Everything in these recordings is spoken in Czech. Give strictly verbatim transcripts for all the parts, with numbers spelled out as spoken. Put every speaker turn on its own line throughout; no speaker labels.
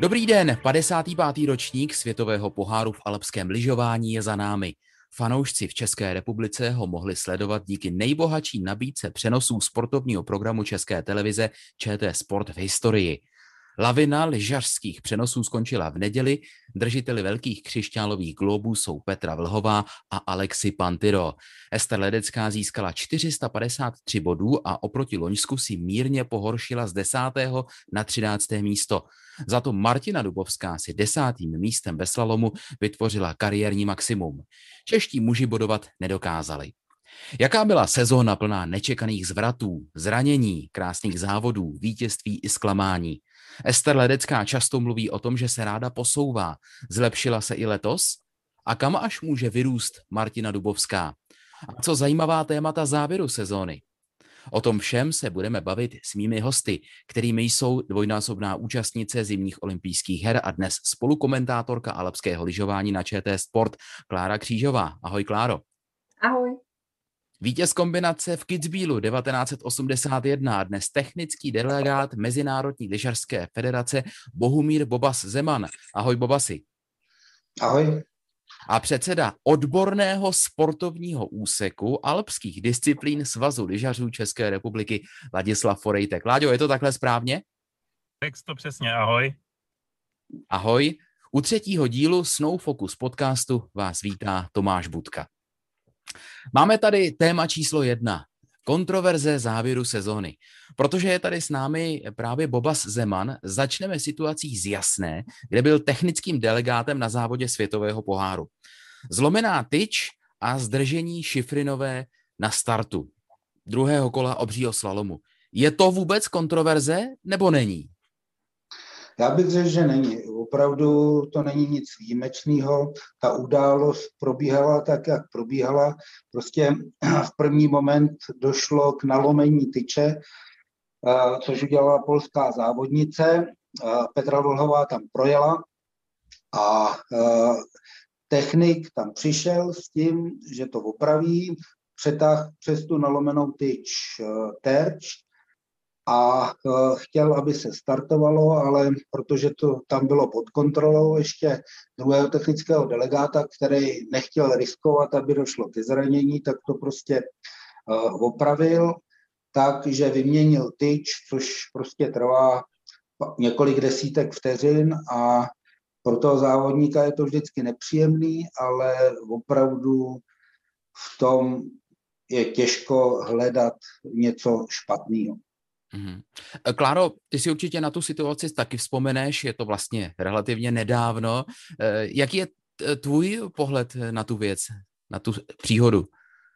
Dobrý den, padesátý pátý ročník světového poháru v alpském lyžování je za námi. Fanoušci v České republice ho mohli sledovat díky nejbohatší nabídce přenosů sportovního programu České televize ČT Sport v historii. Lavina lyžařských přenosů skončila v neděli, držiteli velkých křišťálových glóbů jsou Petra Vlhová a Alexi Pantiro. Ester Ledecká získala čtyři sta padesát tři bodů a oproti loňsku si mírně pohoršila z desátého na třinácté místo. Za to Martina Dubovská si desátým místem ve slalomu vytvořila kariérní maximum. Čeští muži bodovat nedokázali. Jaká byla sezóna plná nečekaných zvratů, zranění, krásných závodů, vítězství i zklamání? Ester Ledecká často mluví o tom, že se ráda posouvá. Zlepšila se i letos? A kam až může vyrůst Martina Dubovská? A co zajímavá témata závěru sezóny? O tom všem se budeme bavit s mými hosty, kterými jsou dvojnásobná účastnice zimních olympijských her a dnes spolukomentátorka alpského lyžování na ČT Sport Klára Křížová. Ahoj, Kláro.
Ahoj.
Vítěz kombinace v Kitzbühelu devatenáct set osmdesát jedna a dnes technický delegát Mezinárodní lyžařské federace Bohumír Bobas Zeman. Ahoj, Bobasi.
Ahoj.
A předseda odborného sportovního úseku alpských disciplín Svazu lyžařů České republiky Ladislav Forejtek. Láďo, je to takhle správně?
Text to přesně, ahoj.
Ahoj. U třetího dílu Snow Focus podcastu vás vítá Tomáš Budka. Máme tady téma číslo jedna. Kontroverze závěru sezóny. Protože je tady s námi právě Bobas Zeman, začneme situací z Jasné, kde byl technickým delegátem na závodě světového poháru. Zlomená tyč a zdržení Šifrinové na startu druhého kola obřího slalomu. Je to vůbec kontroverze nebo není?
Já bych řekl, že není. Opravdu to není nic výjimečného. Ta událost probíhala tak, jak probíhala. Prostě v první moment došlo k nalomení tyče, což udělala polská závodnice. Petra Vlhová tam projela a technik tam přišel s tím, že to opraví, přetáhl přes tu nalomenou tyč terč a chtěl, aby se startovalo, ale protože to tam bylo pod kontrolou ještě druhého technického delegáta, který nechtěl riskovat, aby došlo ke zranění, tak to prostě opravil, takže vyměnil tyč, což prostě trvá několik desítek vteřin a pro toho závodníka je to vždycky nepříjemný, ale opravdu v tom je těžko hledat něco špatného.
Mm-hmm. Kláro, ty si určitě na tu situaci taky vzpomeneš, je to vlastně relativně nedávno. Jaký je tvůj pohled na tu věc, na tu příhodu?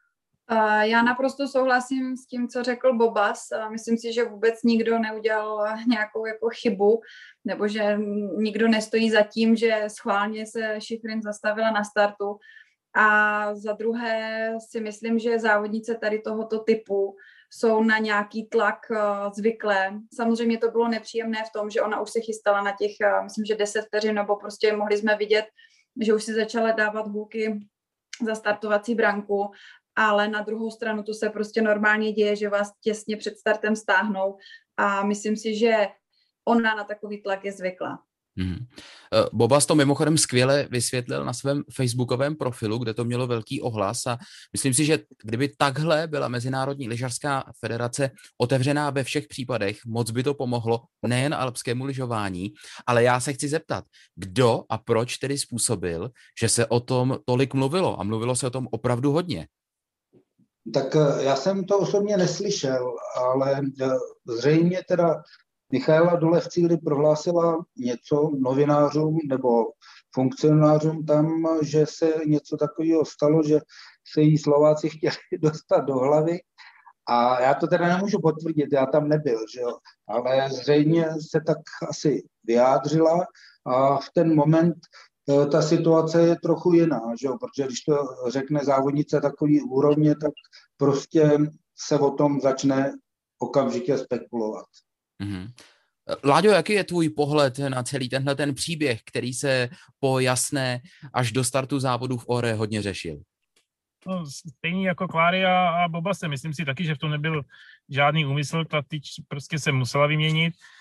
Já naprosto souhlasím s tím, co řekl Bobas. Myslím si, že vůbec nikdo neudělal nějakou jako chybu, nebo že nikdo nestojí za tím, že schválně se Šifrin zastavila na startu. A za druhé si myslím, že závodnice tady tohoto typu jsou na nějaký tlak uh, zvyklé. Samozřejmě to bylo nepříjemné v tom, že ona už se chystala na těch, uh, myslím, že deset vteřin, nebo prostě mohli jsme vidět, že už si začala dávat hůlky za startovací branku, ale na druhou stranu to se prostě normálně děje, že vás těsně před startem stáhnou a myslím si, že ona na takový tlak je zvyklá.
Hmm. Bobas to mimochodem skvěle vysvětlil na svém facebookovém profilu, kde to mělo velký ohlas a myslím si, že kdyby takhle byla Mezinárodní lyžařská federace otevřená ve všech případech, moc by to pomohlo nejen alpskému lyžování, ale já se chci zeptat, kdo a proč tedy způsobil, že se o tom tolik mluvilo a mluvilo se o tom opravdu hodně?
Tak já jsem to osobně neslyšel, ale zřejmě teda Michaela dole v cíli prohlásila něco novinářům nebo funkcionářům tam, že se něco takového stalo, že se jí Slováci chtěli dostat do hlavy. A já to teda nemůžu potvrdit, já tam nebyl, že jo? Ale zřejmě se tak asi vyjádřila a v ten moment ta situace je trochu jiná, že jo? Protože když to řekne závodnice takový úrovně, tak prostě se o tom začne okamžitě spekulovat.
Mm-hmm. Láďo, jaký je tvůj pohled na celý tenhle ten příběh, který se po Jasné až do startu závodu v Åre hodně řešil?
No, stejný jako Kláry a, a Bobase. Myslím si taky, že v tom nebyl žádný úmysl, ta tyč prostě se musela vyměnit.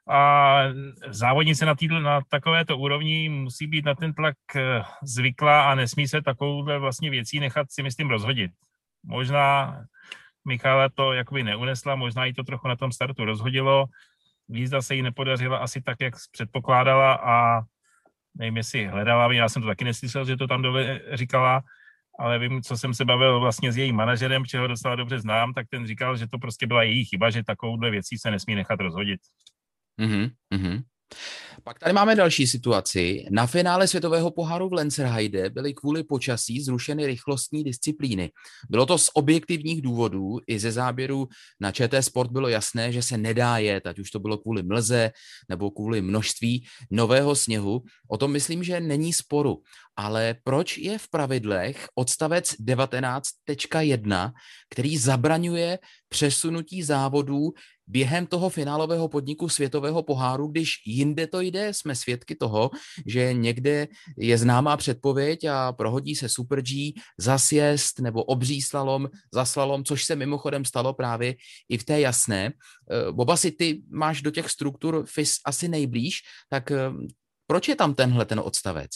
a závodnice na, týdle, na takovéto úrovni musí být na ten tlak zvyklá a nesmí se takovouhle vlastně věcí nechat, si myslím, rozhodit. Možná Michala to jakoby neunesla, možná jí to trochu na tom startu rozhodilo, jízda se jí nepodařila asi tak, jak předpokládala a nevím, jestli hledala, já jsem to taky neslyšel, že to tam dole říkala, ale vím, co jsem se bavil vlastně s jejím manažerem, čeho docela dobře znám, tak ten říkal, že to prostě byla její chyba, že takovouhle věcí se nesmí nechat rozhodit.
Mm-hmm, mm-hmm. Pak tady máme další situaci. Na finále světového poháru v Lenzerheide byly kvůli počasí zrušeny rychlostní disciplíny. Bylo to z objektivních důvodů, i ze záběru na Č T Sport bylo jasné, že se nedá jet, ať už to bylo kvůli mlze nebo kvůli množství nového sněhu. O tom myslím, že není sporu. Ale proč je v pravidlech odstavec devatenáct tečka jedna, který zabraňuje přesunutí závodů během toho finálového podniku světového poháru, když jinde to jde? Jsme svědky toho, že někde je známá předpověď a prohodí se Super G za sjezd nebo obří slalom za slalom, což se mimochodem stalo právě i v té jasné. Boba, si ty máš do těch struktur F I S asi nejblíž, tak proč je tam tenhle ten odstavec?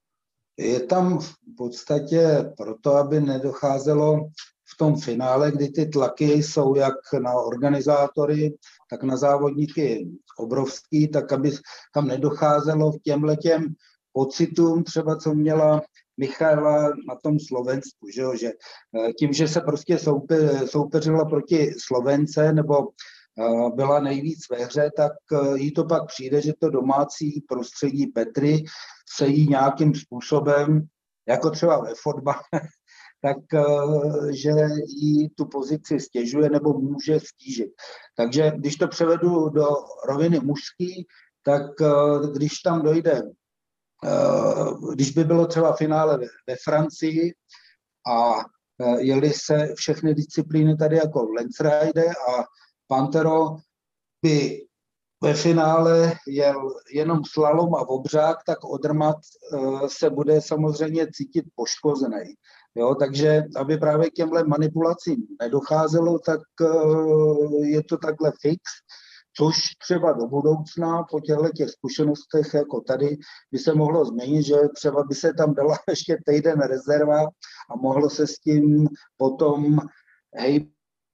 Je tam v podstatě proto, aby nedocházelo v tom finále, kdy ty tlaky jsou jak na organizátory, tak na závodníky obrovský, tak aby tam nedocházelo k těmhletěm pocitům, třeba co měla Michaela na tom Slovensku, že, jo? Že tím, že se prostě soupe, soupeřila proti Slovence nebo byla nejvíc ve hře, tak jí to pak přijde, že to domácí prostředí Petry se jí nějakým způsobem, jako třeba ve fotbale, tak že jí tu pozici stěžuje nebo může stížit. Takže když to převedu do roviny mužský, tak když tam dojde, když by bylo třeba finále ve Francii a jeli se všechny disciplíny tady jako v Lenzerheide a Pantero by ve finále jel jenom slalom a obřák, tak Odermatt se bude samozřejmě cítit poškozený. Jo, takže aby právě k těmhle manipulacím nedocházelo, tak je to takhle fix, což třeba do budoucna po těchto těch zkušenostech jako tady by se mohlo změnit, že třeba by se tam dala ještě týden rezerva a mohlo se s tím potom hej.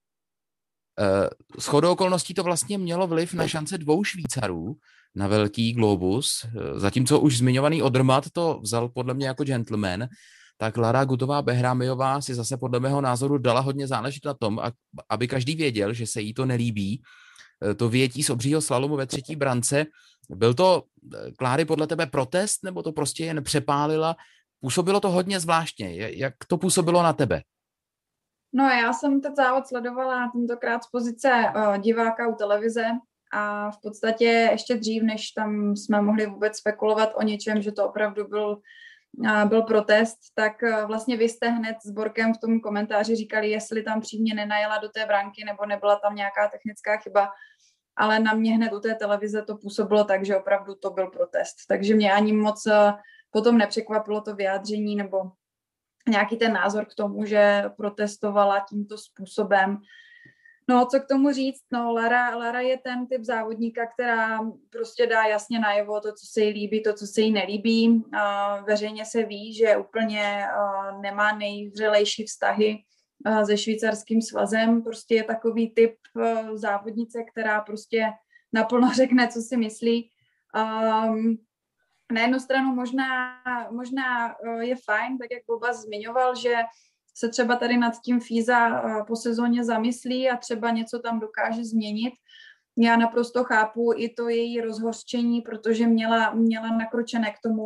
Shodou okolností to vlastně mělo vliv na šance dvou Švýcarů na velký globus, zatímco už zmiňovaný Odermatt to vzal podle mě jako gentleman, tak Lara Gutová-Behrámiová si zase podle mého názoru dala hodně záležet na tom, aby každý věděl, že se jí to nelíbí. To vyjetí z obřího slalomu ve třetí brance. Byl to, Kláry, podle tebe protest, nebo to prostě jen přepálila? Působilo to hodně zvláštně. Jak to působilo na tebe?
No, já jsem ten závod sledovala tentokrát z pozice uh, diváka u televize a v podstatě ještě dřív, než tam jsme mohli vůbec spekulovat o něčem, že to opravdu byl, uh, byl protest, tak uh, vlastně vy jste hned s Borkem v tom komentáři říkali, jestli tam přímě nenajela do té branky nebo nebyla tam nějaká technická chyba, ale na mě hned u té televize to působilo tak, že opravdu to byl protest. Takže mě ani moc uh, potom nepřekvapilo to vyjádření nebo nějaký ten názor k tomu, že protestovala tímto způsobem. No, co k tomu říct? No, Lara, Lara je ten typ závodníka, která prostě dá jasně najevo to, co se jí líbí, to, co se jí nelíbí. Uh, veřejně se ví, že úplně uh, nemá nejvřelejší vztahy uh, se švýcarským svazem. Prostě je takový typ uh, závodnice, která prostě naplno řekne, co si myslí. Um, Na jednu stranu možná, možná je fajn, tak jak Boba zmiňoval, že se třeba tady nad tím Fíza po sezóně zamyslí a třeba něco tam dokáže změnit. Já naprosto chápu i to její rozhořčení, protože měla, měla nakročené k tomu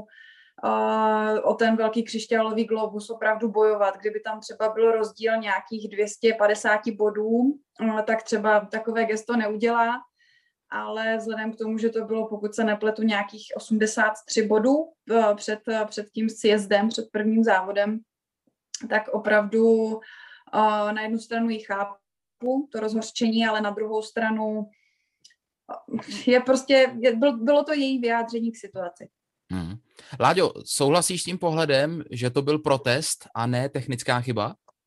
uh, o ten velký křišťálový globus opravdu bojovat. Kdyby tam třeba byl rozdíl nějakých dvě stě padesát bodů, uh, tak třeba takové gesto neudělá. Ale vzhledem k tomu, že to bylo, pokud se nepletu, nějakých osmdesát tři bodů před, před tím sjezdem, před prvním závodem, tak opravdu na jednu stranu ji chápu, to rozhořčení, ale na druhou stranu je prostě, je, bylo to její vyjádření k situaci.
Hmm. Láďo, souhlasíš s tím pohledem, že to byl protest a ne technická chyba?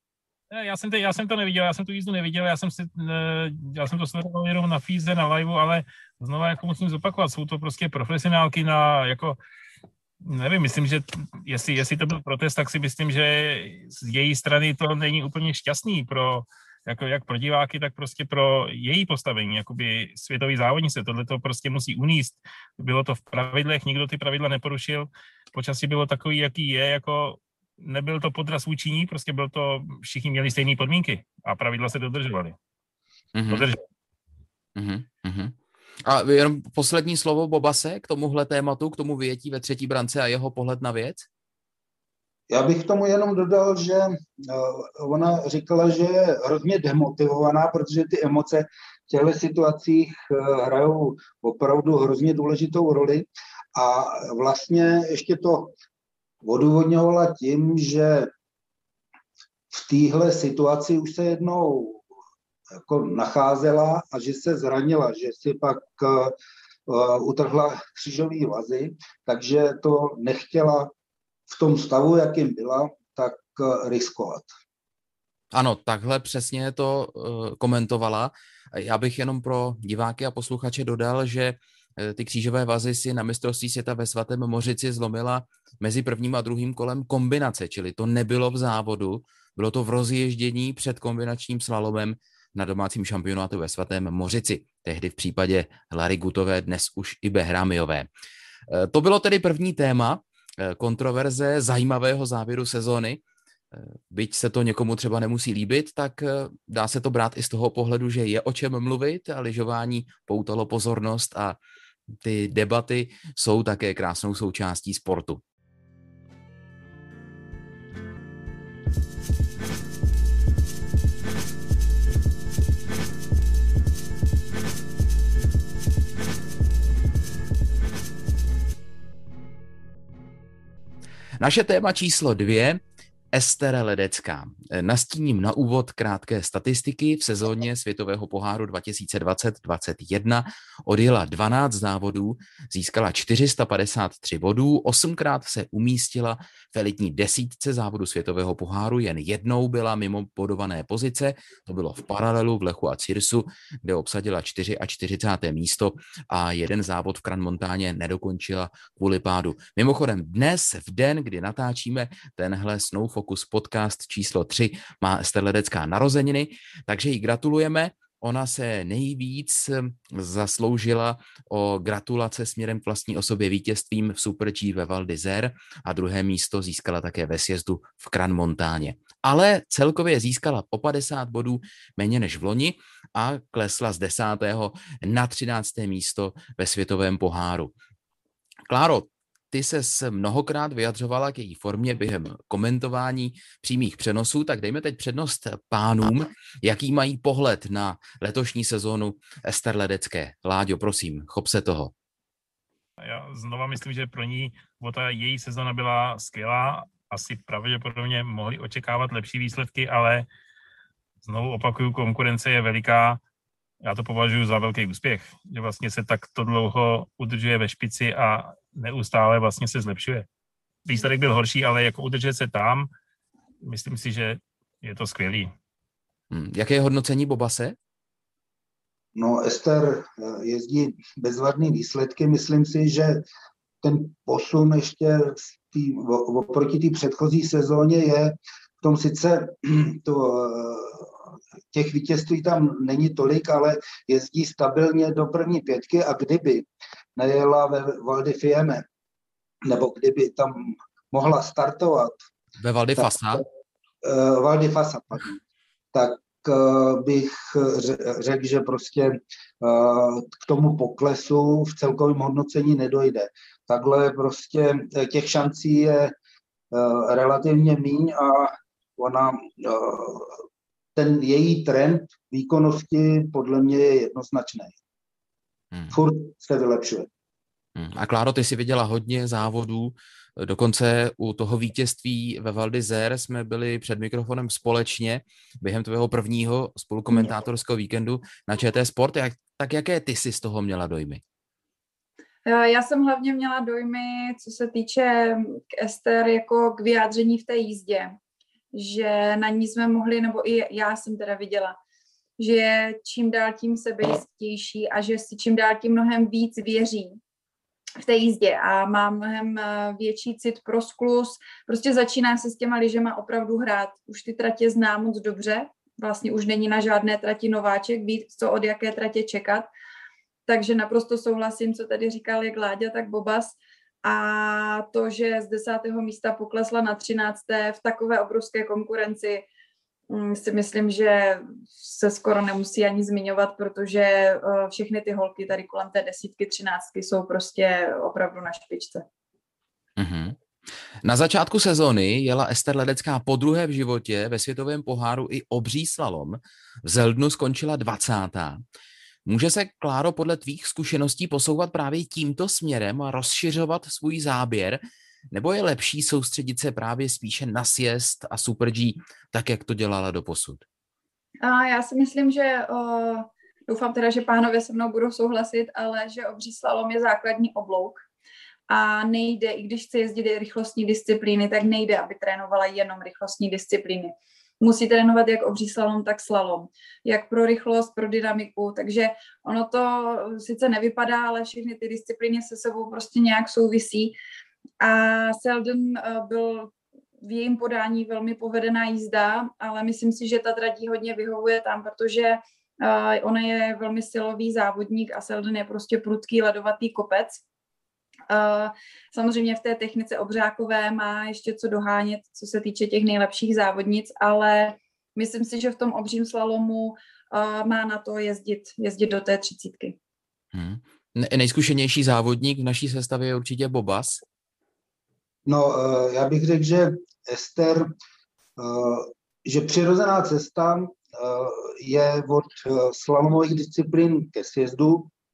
Já jsem, to, já jsem to neviděl, já jsem tu jízdu neviděl, já jsem, si, já jsem to sledoval jenom na fíze, na liveu, ale znova jako musím zopakovat, jsou to prostě profesionálky na jako, nevím, myslím, že jestli, jestli to byl protest, tak si myslím, že z její strany to není úplně šťastný pro, jako jak pro diváky, tak prostě pro její postavení, jakoby světový závodnice, tohle to prostě musí uníst. Bylo to v pravidlech, nikdo ty pravidla neporušil, počasí bylo takový, jaký je, jako nebyl to podraz vůči ní, prostě byl to, všichni měli stejné podmínky a pravidla se dodržovaly.
Mm-hmm.
Dodržovaly.
Mm-hmm. A jenom poslední slovo Bobase k tomuhle tématu, k tomu vyjetí ve třetí brance a jeho pohled na věc?
Já bych k tomu jenom dodal, že ona říkala, že je hrozně demotivovaná, protože ty emoce v těchto situacích hrajou opravdu hrozně důležitou roli a vlastně ještě to odůvodňovala tím, že v téhle situaci už se jednou jako nacházela a že se zranila, že si pak uh, utrhla křížové vazy, takže to nechtěla v tom stavu, jakým byla, tak uh, riskovat.
Ano, takhle přesně to uh, komentovala. Já bych jenom pro diváky a posluchače dodal, že ty křížové vazy si na mistrovství světa ve Svatém Mořici zlomila mezi prvním a druhým kolem kombinace, čili to nebylo v závodu, bylo to v rozježdění před kombinačním slalomem na domácím šampionátu ve Svatém Mořici, tehdy v případě Lary Gutové, dnes už i Behramiové. To bylo tedy první téma kontroverze zajímavého závěru sezóny. Byť se to někomu třeba nemusí líbit, tak dá se to brát i z toho pohledu, že je o čem mluvit a lyžování poutalo pozornost a ty debaty jsou také krásnou součástí sportu. Naše téma číslo dvě. Ester Ledecká. Nastíním na úvod krátké statistiky. V sezóně světového poháru dva tisíce dvacet dvacet jedna odjela dvanáct závodů, získala čtyři sta padesát tři bodů, osmkrát se umístila v elitní desítce závodu světového poháru, jen jednou byla mimo bodované pozice, to bylo v paralelu v Lechu a Cirsu, kde obsadila čtyřicáté čtvrté místo a jeden závod v Crans-Montaně nedokončila kvůli pádu. Mimochodem dnes, v den, kdy natáčíme tenhle Snow Focus podcast číslo tři, má Ester Ledecká narozeniny, takže jí gratulujeme. Ona se nejvíc zasloužila o gratulace směrem k vlastní osobě vítězstvím v Super G ve Val d'Isère a druhé místo získala také ve sjezdu v Crans-Montaně. Ale celkově získala o padesát bodů méně než v loni a klesla z desátého na třinácté místo ve světovém poháru. Kláro, ty ses mnohokrát vyjadřovala k její formě během komentování přímých přenosů, tak dejme teď přednost pánům, jaký mají pohled na letošní sezónu Ester Ledecké. Láďo, prosím, chop se toho.
Já znova myslím, že pro ní ta její sezóna byla skvělá, asi pravděpodobně mohli očekávat lepší výsledky, ale znovu opakuju, konkurence je veliká. Já to považuji za velký úspěch, že vlastně se takto dlouho udržuje ve špici a neustále vlastně se zlepšuje. Výsledek byl horší, ale jako udržet se tam, myslím si, že je to skvělý.
Hmm. Jaké je hodnocení Bobase?
No, Ester jezdí bezvadný výsledky. Myslím si, že ten posun ještě tý, oproti té předchozí sezóně je v tom sice to, těch vítězství tam není tolik, ale jezdí stabilně do první pětky a kdyby nejela ve Val di Fiemme, nebo kdyby tam mohla startovat
ve Val di Fassa,
tak, uh, Val di Fassa, pardon, tak uh, bych řekl, že prostě uh, k tomu poklesu v celkovém hodnocení nedojde. Takhle prostě těch šancí je uh, relativně míň a ona uh, ten její trend výkonnosti podle mě je jednoznačný. Hmm. Furt se vylepšuje.
Hmm. A Kláro, ty jsi viděla hodně závodů, dokonce u toho vítězství ve Val d'Isère jsme byli před mikrofonem společně během tvého prvního spolukomentátorského víkendu na Č T Sport. Jak, tak jaké ty jsi z toho měla dojmy?
Já jsem hlavně měla dojmy, co se týče k Ester, jako k vyjádření v té jízdě. že na ní jsme mohli, nebo i já jsem teda viděla, že je čím dál tím sebejistější a že si čím dál tím mnohem víc věří v té jízdě a má mnohem větší cit pro skluz. Prostě začíná se s těma lyžema opravdu hrát. Už ty tratě zná moc dobře, vlastně už není na žádné trati nováček, ví, co od jaké tratě čekat. Takže naprosto souhlasím, co tady říkal jak Láďa, tak Bobas. A to, že z desátého místa poklesla na třinácté v takové obrovské konkurenci, si myslím, že se skoro nemusí ani zmiňovat, protože všechny ty holky tady kolem té desítky, třináctky jsou prostě opravdu na špičce.
Mm-hmm. Na začátku sezony jela Ester Ledecká podruhé v životě ve světovém poháru i obří slalom. V Zeldnu skončila dvacátá Může se, Kláro, podle tvých zkušeností posouvat právě tímto směrem a rozšiřovat svůj záběr, nebo je lepší soustředit se právě spíše na sjezd a Super G, tak jak to dělala doposud?
A já si myslím, že o, doufám teda, že pánové se mnou budou souhlasit, ale že obří slalom je základní oblouk a nejde, i když chce jezdit rychlostní disciplíny, tak nejde, aby trénovala jenom rychlostní disciplíny. Musí trénovat jak obří slalom, tak slalom. Jak pro rychlost, pro dynamiku, takže ono to sice nevypadá, ale všechny ty disciplíny se sebou prostě nějak souvisí. A Selden byl v jejím podání velmi povedená jízda, ale myslím si, že ta trať hodně vyhovuje tam, protože ona je velmi silový závodník a Selden je prostě prudký ledovatý kopec. Samozřejmě v té technice obřákové má ještě co dohánět, co se týče těch nejlepších závodnic, ale myslím si, že v tom obřím slalomu má na to jezdit, jezdit do té třicítky.
Hmm. Nejzkušenější závodník v naší sestavě je určitě Bobas.
No, já bych řekl, že Ester, že přirozená cesta je od slalomových disciplín ke sjezdu,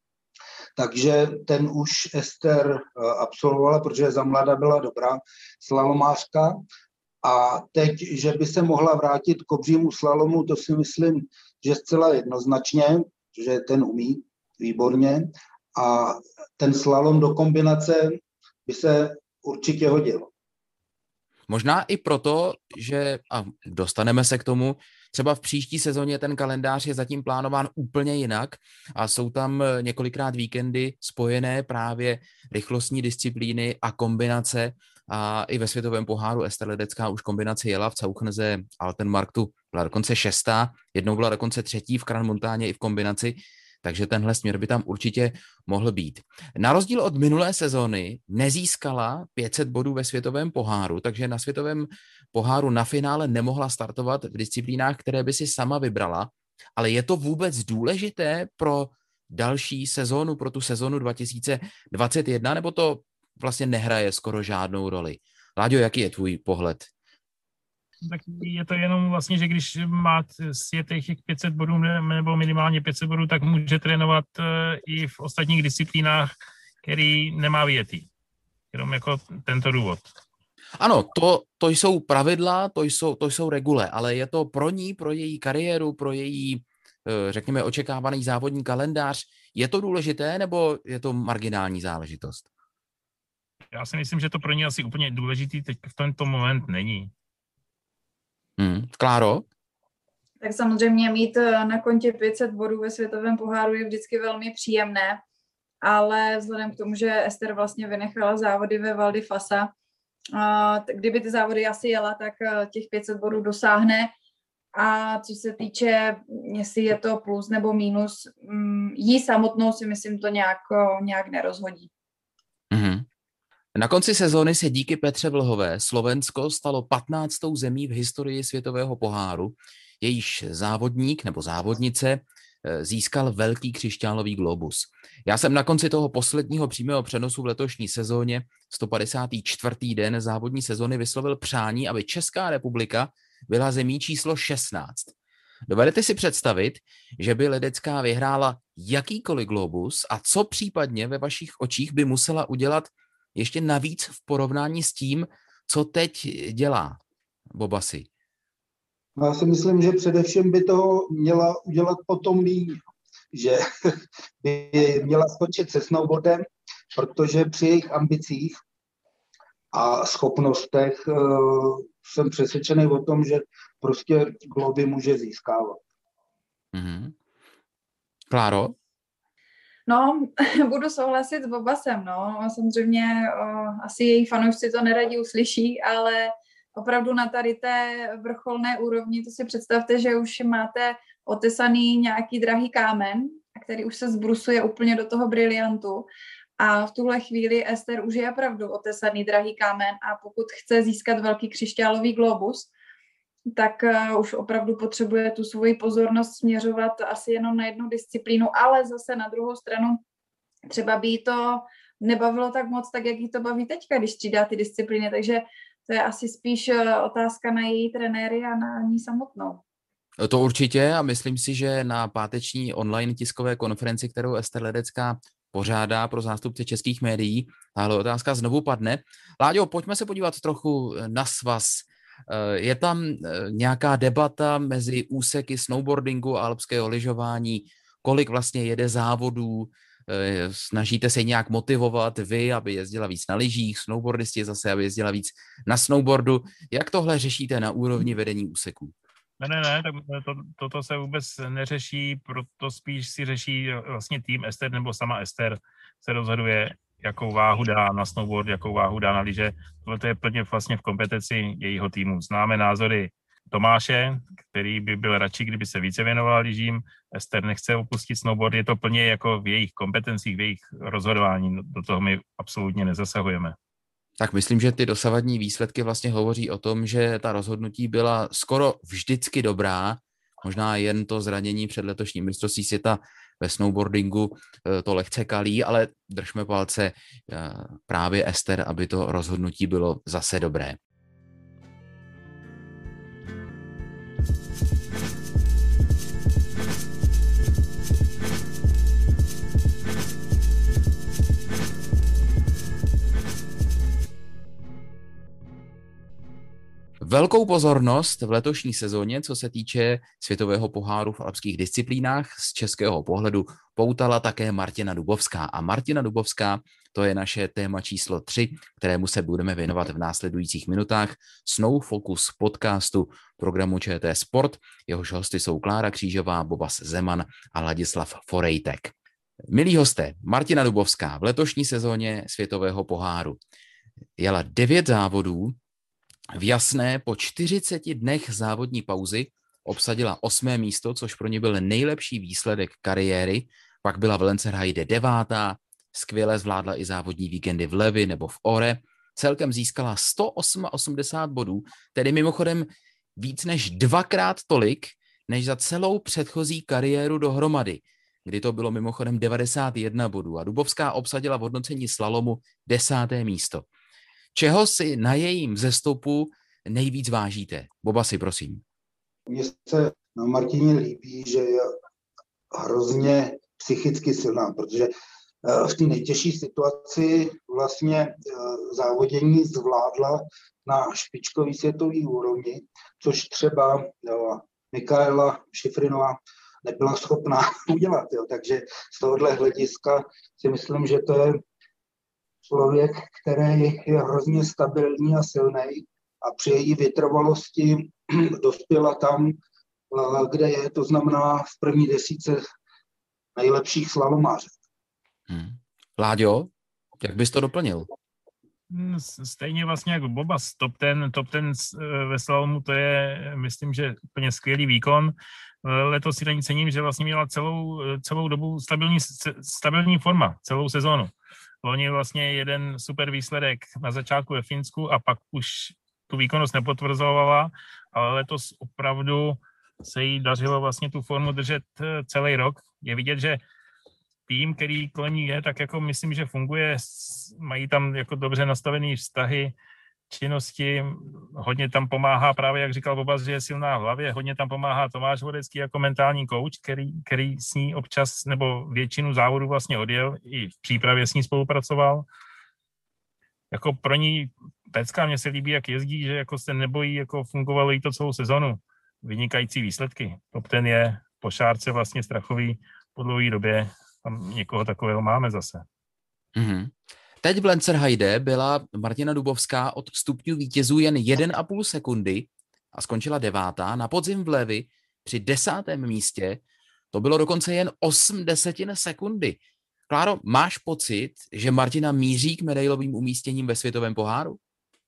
takže ten už Ester absolvovala, protože za mlada byla dobrá slalomářka. A teď, že by se mohla vrátit k obřímu slalomu, to si myslím, že zcela jednoznačně, že ten umí výborně. A ten slalom do kombinace by se určitě hodil.
Možná i proto, že, a dostaneme se k tomu, třeba v příští sezóně ten kalendář je zatím plánován úplně jinak a jsou tam několikrát víkendy spojené právě rychlostní disciplíny a kombinace. A i ve světovém poháru Ester Ledecká už kombinaci jela v Cauchneze Altenmarktu, byla dokonce šestá, jednou byla dokonce třetí v Crans-Montagne i v kombinaci, takže tenhle směr by tam určitě mohl být. Na rozdíl od minulé sezóny nezískala pět set bodů ve světovém poháru, takže na světovém poháru na finále nemohla startovat v disciplínách, které by si sama vybrala, ale je to vůbec důležité pro další sezónu, pro tu sezónu dva tisíce dvacet jedna, nebo to vlastně nehraje skoro žádnou roli? Láďo, jaký je tvůj pohled?
Tak je to jenom vlastně, že když má sjetých pět set bodů nebo minimálně pět set bodů, tak může trénovat i v ostatních disciplínách, který nemá vyjetý. Jenom jako tento důvod.
Ano, to, to jsou pravidla, to jsou, to jsou regule, ale je to pro ní, pro její kariéru, pro její, řekněme, očekávaný závodní kalendář. Je to důležité, nebo je to marginální záležitost?
Já si myslím, že to pro ní asi úplně důležitý teď v tento moment není.
Hmm. Kláro?
Tak samozřejmě mít na kontě pět set bodů ve světovém poháru je vždycky velmi příjemné, ale vzhledem k tomu, že Ester vlastně vynechala závody ve Val di Fasa, kdyby ty závody asi jela, tak těch pět set bodů dosáhne. A co se týče, jestli je to plus nebo minus, jí samotnou si myslím to nějak, nějak nerozhodí.
Mm-hmm. Na konci sezóny se díky Petře Vlhové Slovensko stalo patnáctou zemí v historii světového poháru. Jejíž závodník nebo závodnice získal velký křišťálový globus. Já jsem na konci toho posledního přímého přenosu v letošní sezóně, sto padesátý čtvrtý den závodní sezóny, vyslovil přání, aby Česká republika byla zemí číslo šestnáct. Dovedete si představit, že by Ledecká vyhrála jakýkoliv globus a co případně ve vašich očích by musela udělat ještě navíc v porovnání s tím, co teď dělá Bobasi?
Já si myslím, že především by toho měla udělat potom míň, že by měla skočit se snowboardem, protože při jejich ambicích a schopnostech jsem přesvědčený o tom, že prostě globy může získávat.
Mm-hmm. Kláro?
No, budu souhlasit s Bobasem, no. Samozřejmě o, asi její fanoušci to neradi uslyší, ale opravdu na tady té vrcholné úrovni, to si představte, že už máte otesaný nějaký drahý kámen, který už se zbrusuje úplně do toho briliantu. A v tuhle chvíli Ester už je opravdu otesaný drahý kámen a pokud chce získat velký křišťálový globus, tak uh, už opravdu potřebuje tu svoji pozornost směřovat asi jenom na jednu disciplínu, ale zase na druhou stranu třeba by jí to nebavilo tak moc, tak jak jí to baví teďka, když střídá ty disciplíny, takže to je asi spíš uh, otázka na její trenéry a na ní samotnou.
To určitě a myslím si, že na páteční online tiskové konferenci, kterou Ester Ledecká pořádá pro zástupce českých médií, tahle otázka znovu padne. Láďo, pojďme se podívat trochu na svaz. Je tam nějaká debata mezi úseky snowboardingu a alpského lyžování, kolik vlastně jede závodů, snažíte se nějak motivovat vy, aby jezdila víc na lyžích, snowboardisti zase, aby jezdila víc na snowboardu. Jak tohle řešíte na úrovni vedení úseků?
Ne, ne, ne, tak to, toto se vůbec neřeší, proto spíš si řeší vlastně tým Ester, nebo sama Ester se rozhoduje, jakou váhu dá na snowboard, jakou váhu dá na lyže. To je plně vlastně v kompetenci jejího týmu. Známe názory Tomáše, který by byl radši, kdyby se více věnoval lyžím. Ester nechce opustit snowboard, je to plně jako v jejich kompetencích, v jejich rozhodování. Do toho my absolutně nezasahujeme.
Tak myslím, že ty dosavadní výsledky vlastně hovoří o tom, že ta rozhodnutí byla skoro vždycky dobrá. Možná jen to zranění před letošním mistrovství světa ve snowboardingu to lehce kalí, ale držme palce právě Ester, aby to rozhodnutí bylo zase dobré. Velkou pozornost v letošní sezóně, co se týče světového poháru v alpských disciplínách, z českého pohledu poutala také Martina Dubovská. A Martina Dubovská, to je naše téma číslo tři, kterému se budeme věnovat v následujících minutách. Snow Focus podcastu programu ČT Sport. Jehož hosty jsou Klára Křížová, Bobas Zeman a Ladislav Forejtek. Milí hosté, Martina Dubovská v letošní sezóně světového poháru jela devět závodů. V Jasné po čtyřiceti dnech závodní pauzy obsadila osmé místo, což pro ně byl nejlepší výsledek kariéry. Pak byla v Lenzerheide devátá, skvěle zvládla i závodní víkendy v Levi nebo v Ore. Celkem získala sto osmdesát osm bodů, tedy mimochodem víc než dvakrát tolik, než za celou předchozí kariéru dohromady, kdy to bylo mimochodem devadesát jedna bodů. A Dubovská obsadila v hodnocení slalomu desáté místo. Čeho si na jejím vzestupu nejvíc vážíte? Bobasi, prosím.
Mně se na Martině líbí, že je hrozně psychicky silná, protože v té nejtěžší situaci vlastně závodění zvládla na špičkový světový úrovni, což třeba Mikaela Šifrinová nebyla schopná udělat. Jo. Takže z tohohle hlediska si myslím, že to je člověk, který je hrozně stabilní a silný a při její vytrvalosti dospěla tam, kde je, to znamená v první desíce nejlepších slalomářů.
Hmm. Láďo, jak bys to doplnil?
Stejně vlastně jako Bobas, top ten, top ten ve slalomu, to je, myslím, že úplně skvělý výkon. Letos si cením, že vlastně měla celou, celou dobu stabilní, stabilní forma, celou sezónu. Loni vlastně jeden super výsledek na začátku ve Finsku a pak už tu výkonnost nepotvrzovala, ale letos opravdu se jí dařilo vlastně tu formu držet celý rok. Je vidět, že tým, který kolem ní je, tak jako myslím, že funguje, mají tam jako dobře nastavený vztahy, činnosti, hodně tam pomáhá právě, jak říkal Bobas, že je silná v hlavě, hodně tam pomáhá Tomáš Vodecký jako mentální coach, který, který s ní občas nebo většinu závodů vlastně odjel, i v přípravě s ní spolupracoval. Jako pro ní pecka, mně se líbí, jak jezdí, že jako se nebojí, jako fungovalo jí to celou sezonu. Vynikající výsledky. Top ten je po šárce vlastně strachový po dlouhé době. Tam někoho takového máme zase.
Mm-hmm. Teď v Lenzerheide byla Martina Dubovská od stupňů vítězů jen jedna a půl sekundy a skončila devátá. Na podzim v Levi při desátém místě to bylo dokonce jen osm desetin sekundy. Kláro, máš pocit, že Martina míří k medailovým umístěním ve světovém poháru?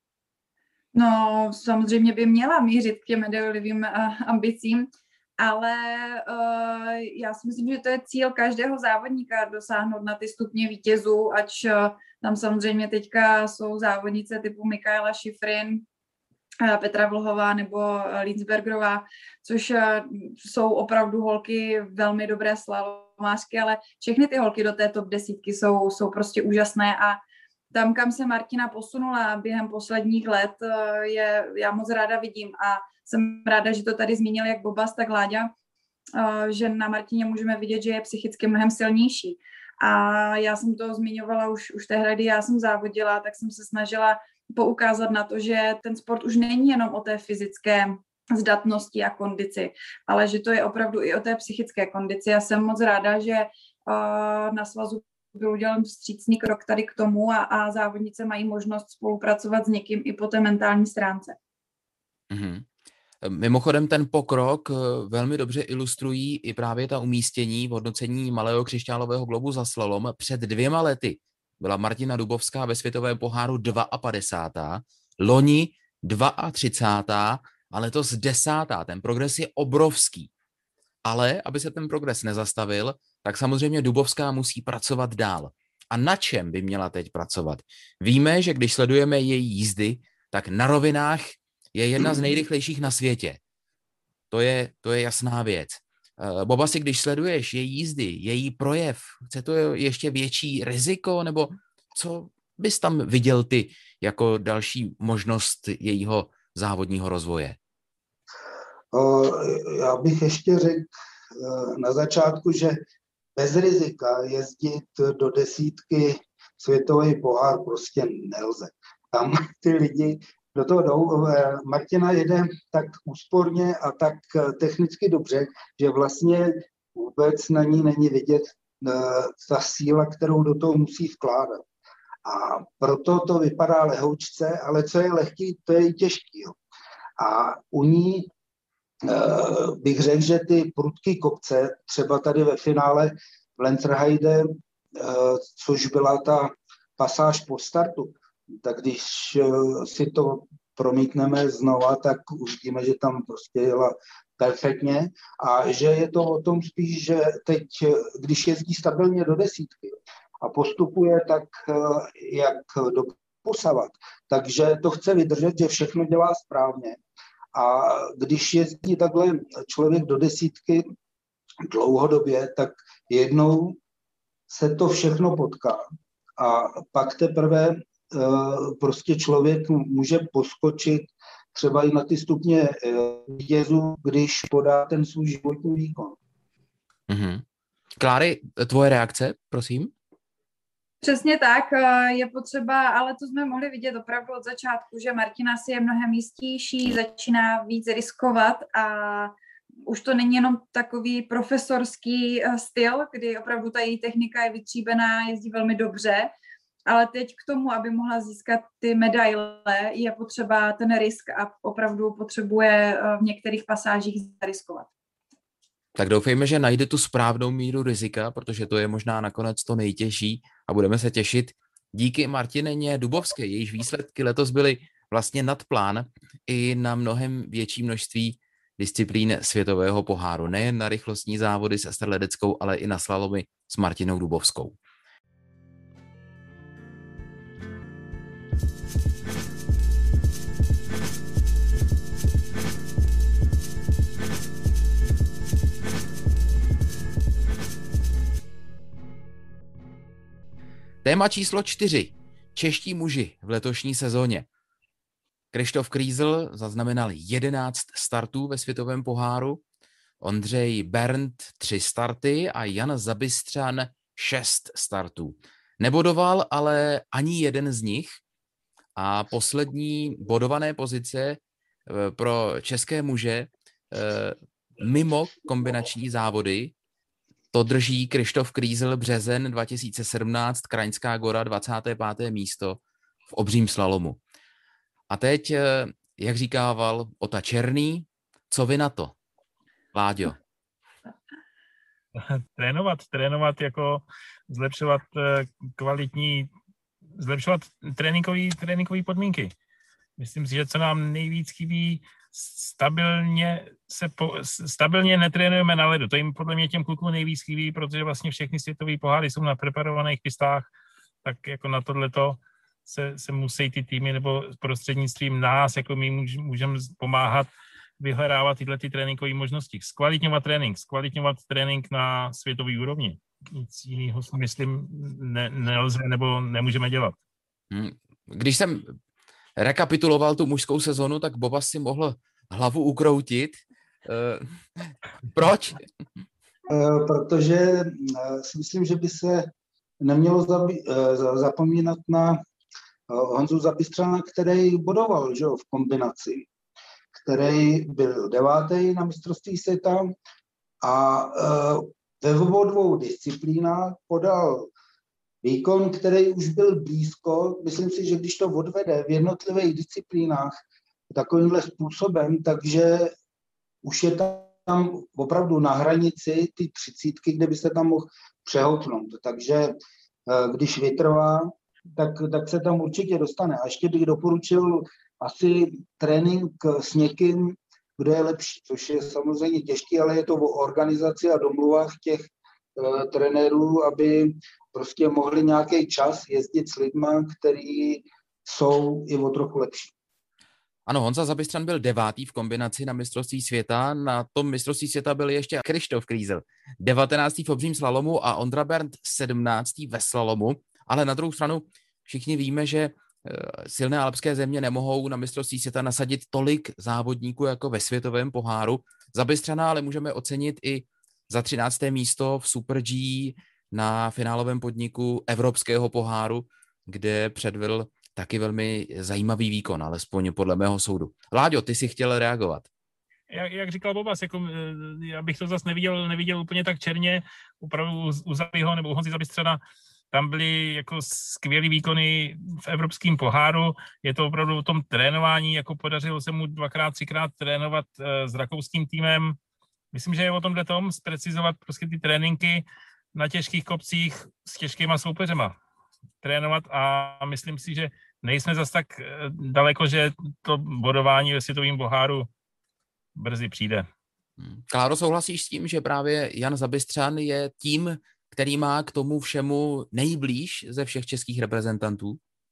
No, samozřejmě by měla mířit k těm medailovým uh, ambicím, ale uh, já si myslím, že to je cíl každého závodníka dosáhnout na ty stupně vítězů, ač uh, tam samozřejmě teďka jsou závodnice typu Mikaela Shiffrin, uh, Petra Vlhová nebo uh, Linsbergerová, což uh, jsou opravdu holky velmi dobré slalomářky, ale všechny ty holky do té top desítky jsou, jsou prostě úžasné a tam, kam se Martina posunula během posledních let, je, já moc ráda vidím a jsem ráda, že to tady zmínil jak Bobas, tak Láďa, že na Martině můžeme vidět, že je psychicky mnohem silnější. A já jsem to zmiňovala už, už tehdy, kdy já jsem závodila, tak jsem se snažila poukázat na to, že ten sport už není jenom o té fyzické zdatnosti a kondici, ale že to je opravdu i o té psychické kondici. Já jsem moc ráda, že na svazu byl udělen vstřícný krok tady k tomu a, a závodnice mají možnost spolupracovat s někým i po té mentální stránce.
Mm-hmm. Mimochodem ten pokrok velmi dobře ilustrují i právě ta umístění v hodnocení malého křišťálového globu za slalom. Před dvěma lety byla Martina Dubovská ve světovém poháru padesátá druhá, loni třicátá druhá a letos desátá. Ten progres je obrovský. Ale aby se ten progres nezastavil, tak samozřejmě Dubovská musí pracovat dál. A na čem by měla teď pracovat? Víme, že když sledujeme její jízdy, tak na rovinách je jedna z nejrychlejších na světě. To je, to je jasná věc. Bobasi, když sleduješ její jízdy, její projev, chce to ještě větší riziko, nebo co bys tam viděl ty jako další možnost jejího závodního rozvoje?
Já bych ještě řekl na začátku, že bez rizika jezdit do desítky světový pohár prostě nelze. Tam ty lidi do toho jdou. Martina jede tak úsporně a tak technicky dobře, že vlastně vůbec na ní není vidět ta síla, kterou do toho musí vkládat. A proto to vypadá lehoučce, ale co je lehký, to je i těžký. A u ní bych řekl, že ty prudký kopce, třeba tady ve finále v Lenzerheide, což byla ta pasáž po startu, tak když si to promítneme znova, tak uvidíme, že tam prostě jela perfektně a že je to o tom spíš, že teď, když jezdí stabilně do desítky a postupuje tak, jak doposavat, takže to chce vydržet, že všechno dělá správně. A když jezdí takhle člověk do desítky dlouhodobě, tak jednou se to všechno potká. A pak teprve uh, prostě člověk může poskočit třeba i na ty stupně vítězů, když podá ten svůj životní výkon.
Mm-hmm. Kláry, tvoje reakce, prosím?
Přesně tak, je potřeba, ale to jsme mohli vidět opravdu od začátku, že Martina si je mnohem jistější, začíná víc riskovat a už to není jenom takový profesorský styl, kdy opravdu ta její technika je vytříbená, jezdí velmi dobře, ale teď k tomu, aby mohla získat ty medaile, je potřeba ten risk a opravdu potřebuje v některých pasážích zariskovat.
Tak doufejme, že najde tu správnou míru rizika, protože to je možná nakonec to nejtěžší a budeme se těšit. Díky Martině Dubovské, jejíž výsledky letos byly vlastně nad plán i na mnohem větší množství disciplín světového poháru. Nejen na rychlostní závody s Ester Ledeckou, ale i na slalomy s Martinou Dubovskou. Téma číslo čtyři. Čeští muži v letošní sezóně. Krištof Krýzl zaznamenal jedenáct startů ve světovém poháru, Ondřej Berndt tři starty a Jan Zabistřan šest startů. Nebodoval ale ani jeden z nich a poslední bodované pozice pro české muže mimo kombinační závody, to drží Krištof Krýzl, březen dva tisíce sedmnáct, Kraňská Gora, dvacáté páté místo v obřím slalomu. A teď, jak říkával Ota Černý, co vy na to, Láďo?
Trénovat, trénovat jako zlepšovat kvalitní, zlepšovat tréninkové tréninkové podmínky. Myslím si, že co nám nejvíc chybí, stabilně se po, stabilně netrénujeme na ledu. To jim podle mě těm klukům nejvíc chybí, protože vlastně všechny světové poháry jsou na preparovaných pistách, tak jako na tohleto se, se musí ty týmy nebo prostřednictvím nás, jako my můž, můžeme pomáhat vyhledávat tyhle ty tréninkové možnosti. Zkvalitňovat trénink, zkvalitňovat trénink na světové úrovni. Nic jiného si myslím ne, nelze nebo nemůžeme dělat.
Když jsem rekapituloval tu mužskou sezonu, tak Bobas si mohl hlavu ukroutit. Proč?
Protože si myslím, že by se nemělo zapomínat na Honzu Zabistřana, který bodoval, že jo, v kombinaci, který byl devátý na mistrovství světa a ve obou dvou disciplínách podal výkon, který už byl blízko. Myslím si, že když to odvede v jednotlivých disciplínách takovýmhle způsobem, takže už je tam opravdu na hranici ty třicítky, kde by se tam mohl přehoupnout. Takže když vytrvá, tak, tak se tam určitě dostane. A ještě bych doporučil asi trénink s někým, kdo je lepší, což je samozřejmě těžké, ale je to o organizaci a domluvách těch uh, trenérů, aby prostě mohli nějaký čas jezdit s lidma, kteří jsou i o trochu lepší.
Ano, Honza Zabistřan byl devátý v kombinaci na mistrovství světa. Na tom mistrovství světa byl ještě Krištof Krýzl, devatenáctý v obřím slalomu a Ondra Berndt sedmnáctý ve slalomu. Ale na druhou stranu všichni víme, že silné alpské země nemohou na mistrovství světa nasadit tolik závodníků jako ve světovém poháru. Zabistřana ale můžeme ocenit i za třinácté místo v Super G na finálovém podniku Evropského poháru, kde předvedl taky velmi zajímavý výkon, alespoň podle mého soudu. Láďo, ty jsi chtěl reagovat.
Jak, jak říkal Bobas, jako, já bych to zase neviděl, neviděl úplně tak černě, opravdu u Zabiho nebo u Honzy Zabistřana. Tam byly jako skvělý výkony v evropském poháru. Je to opravdu o tom trénování, jako podařilo se mu dvakrát, třikrát trénovat s rakouským týmem. Myslím, že je o tomhle tom zprecizovat prostě ty tréninky na těžkých kopcích s těžkýma soupeřema. Trénovat a myslím si, že nejsme zas tak daleko, že to bodování ve světovém poháru brzy přijde.
Kláro, souhlasíš s tím, že právě Jan Zabistřan je tím, který má k tomu všemu nejblíž ze všech českých reprezentantů?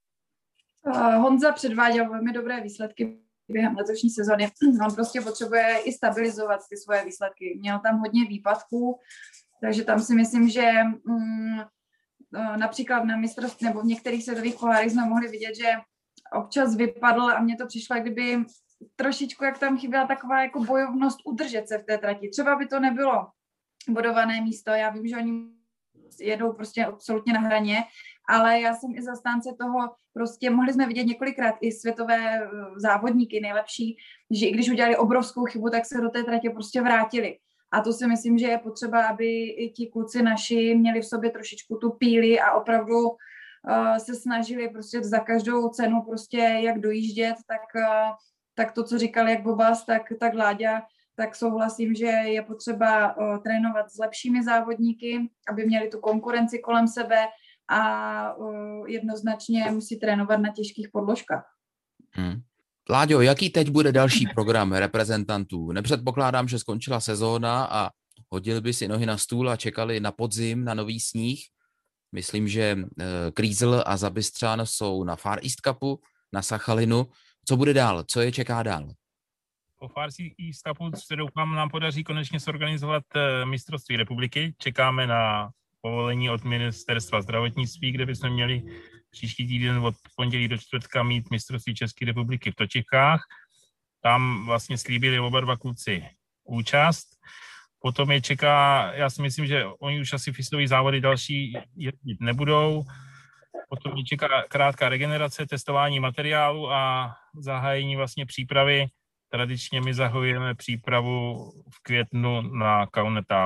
Uh, Honza předváděl velmi dobré výsledky během letošní sezony. On prostě potřebuje i stabilizovat ty svoje výsledky. Měl tam hodně výpadků, takže tam si myslím, že um, například na mistrovství nebo v některých světových pohárech jsme mohli vidět, že občas vypadl a mně to přišlo, kdyby trošičku, jak tam chyběla taková jako bojovnost udržet se v té trati. Třeba by to nebylo bodované místo, já vím, že oni jedou prostě absolutně na hraně, ale já jsem i zastánce toho, prostě mohli jsme vidět několikrát i světové závodníky nejlepší, že i když udělali obrovskou chybu, tak se do té tratě prostě vrátili. A to si myslím, že je potřeba, aby i ti kluci naši měli v sobě trošičku tu píli a opravdu uh, se snažili prostě za každou cenu prostě jak dojíždět, tak, uh, tak to, co říkal jak Bobas, tak, tak Láďa, tak souhlasím, že je potřeba uh, trénovat s lepšími závodníky, aby měli tu konkurenci kolem sebe a uh, jednoznačně musí trénovat na těžkých podložkách.
Hmm. Láďo, jaký teď bude další program reprezentantů? Nepředpokládám, že skončila sezóna a hodili by si nohy na stůl a čekali na podzim, na nový sníh. Myslím, že Krýzl a Zabistřan jsou na Far East Cupu, na Sachalinu. Co bude dál? Co je čeká dál?
Po Far East Cupu se doufám, nám podaří konečně zorganizovat mistrovství republiky. Čekáme na povolení od ministerstva zdravotnictví, kde bychom měli příští týden od pondělí do čtvrtka mít mistrovství České republiky v Točivkách. Tam vlastně slíbili oba dva kluci účast. Potom je čeká, já si myslím, že oni už asi fistové závody další jezdit nebudou. Potom je čeká krátká regenerace, testování materiálu a zahájení vlastně přípravy. Tradičně my zahajujeme přípravu v květnu na Kaunetále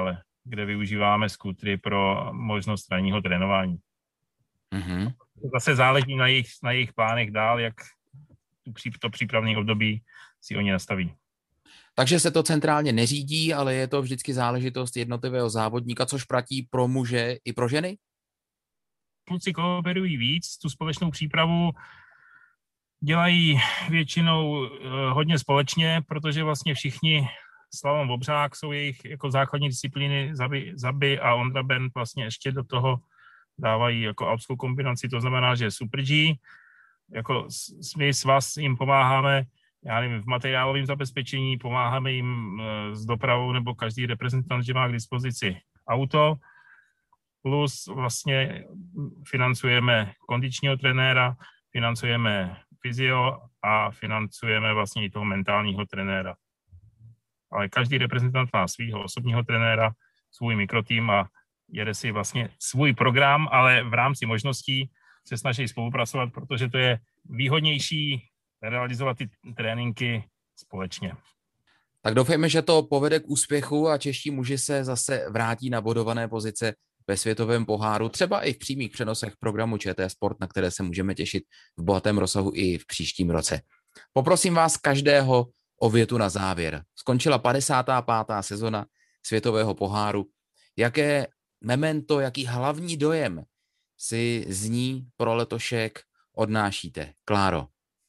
kde využíváme skútry pro možnost ranního trénování.
Mm-hmm.
Zase záleží na jejich, na jejich plánech dál, jak to přípravné období si oni nastaví.
Takže se to centrálně neřídí, ale je to vždycky záležitost jednotlivého závodníka, což platí pro muže i pro ženy?
Kluci kooperují víc, tu společnou přípravu dělají většinou hodně společně, protože vlastně všichni, slalom Bobřák jsou jejich jako základní disciplíny, Zabi, Zabi a Ondra Bent vlastně ještě do toho dávají jako alpskou kombinaci, to znamená, že Super G, jako my s vás jim pomáháme, já nevím, v materiálovém zabezpečení, pomáháme jim s dopravou, nebo každý reprezentant, že má k dispozici auto, plus vlastně financujeme kondičního trenéra, financujeme fyzio a financujeme vlastně i toho mentálního trenéra. Ale každý reprezentant má svýho osobního trenéra, svůj mikrotým a jede si vlastně svůj program, ale v rámci možností se snaží spolupracovat, protože to je výhodnější realizovat ty tréninky společně.
Tak doufejme, že to povede k úspěchu a čeští muži se zase vrátí na bodované pozice ve světovém poháru, třeba i v přímých přenosech programu ČT Sport, na které se můžeme těšit v bohatém rozsahu i v příštím roce. Poprosím vás každého o větu na závěr. Skončila padesátá pátá sezona světového poháru. Jaké memento, jaký hlavní dojem si z ní pro letošek odnášíte? Kláro.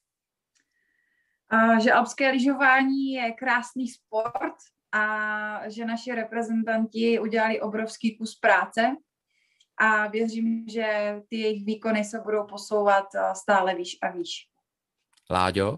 Že alpské lyžování je krásný sport a že naši reprezentanti udělali obrovský kus práce a věřím, že ty jejich výkony se budou posouvat stále výš a výš.
Láďo?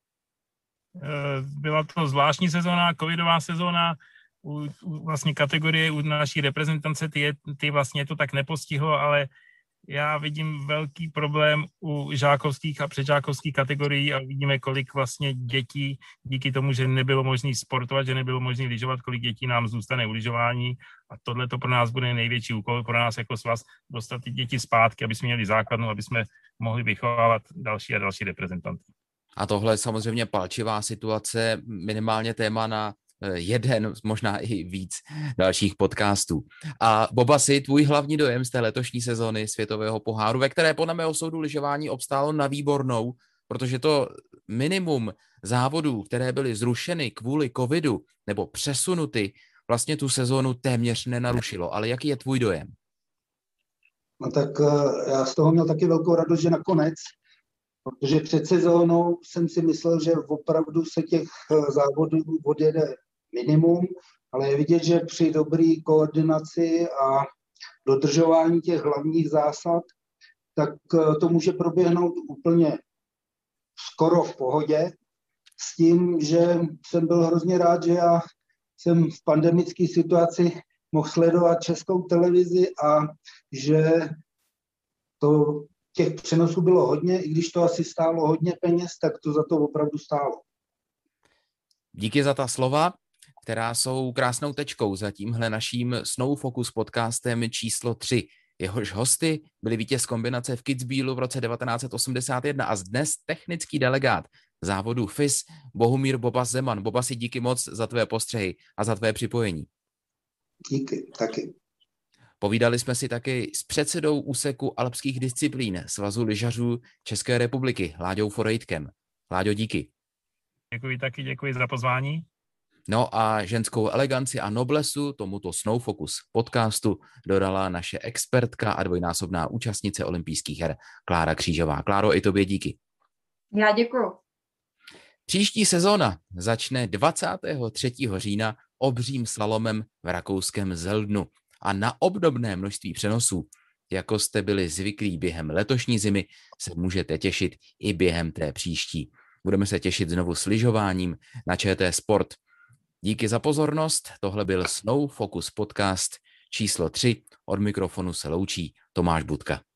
Byla to zvláštní sezóna, covidová sezóna, u, u vlastně kategorie u naší reprezentace, ty, ty vlastně to tak nepostihlo, ale já vidím velký problém u žákovských a předžákovských kategorií a vidíme, kolik vlastně dětí díky tomu, že nebylo možné sportovat, že nebylo možné lyžovat, kolik dětí nám zůstane u lyžování a tohle to pro nás bude největší úkol, pro nás jako svaz dostat ty děti zpátky, aby jsme měli základnu, aby jsme mohli vychovávat další a další reprezentanty.
A tohle je samozřejmě palčivá situace, minimálně téma na jeden, možná i víc dalších podcastů. A Bobasi, tvůj hlavní dojem z té letošní sezony světového poháru, ve které podle mého soudu lyžování obstálo na výbornou, protože to minimum závodů, které byly zrušeny kvůli covidu nebo přesunuty, vlastně tu sezonu téměř nenarušilo. Ale jaký je tvůj dojem?
No tak já z toho měl taky velkou radost, že nakonec, protože před sezónou jsem si myslel, že opravdu se těch závodů odjede minimum, ale je vidět, že při dobré koordinaci a dodržování těch hlavních zásad, tak to může proběhnout úplně skoro v pohodě, s tím, že jsem byl hrozně rád, že já jsem v pandemické situaci mohl sledovat Českou televizi a že to těch přenosů bylo hodně, i když to asi stálo hodně peněz, tak to za to opravdu stálo.
Díky za ta slova, která jsou krásnou tečkou za tímhle naším Snow Focus podcastem číslo tři. Jehož hosty byli vítěz kombinace v Kitzbühelu v roce devatenáct set osmdesát jedna a dnes technický delegát závodu F I S Bohumír Bobas Zeman. Bobasi, díky moc za tvé postřehy a za tvé připojení.
Díky, taky.
Povídali jsme si taky s předsedou úseku alpských disciplín Svazu lyžařů České republiky, Láďou Forejtkem. Láďo, díky.
Děkuji taky, děkuji za pozvání.
No a ženskou eleganci a noblesu tomuto Snow Focus podcastu dodala naše expertka a dvojnásobná účastnice olympijských her Klára Křížová. Kláro, i tobě díky.
Já děkuju.
Příští sezóna začne dvacátého třetího října obřím slalomem v rakouském Zeldnu. A na obdobné množství přenosů, jako jste byli zvyklí během letošní zimy, se můžete těšit i během té příští. Budeme se těšit znovu s lyžováním na ČT Sport. Díky za pozornost, tohle byl Snow Focus podcast číslo tři. Od mikrofonu se loučí Tomáš Budka.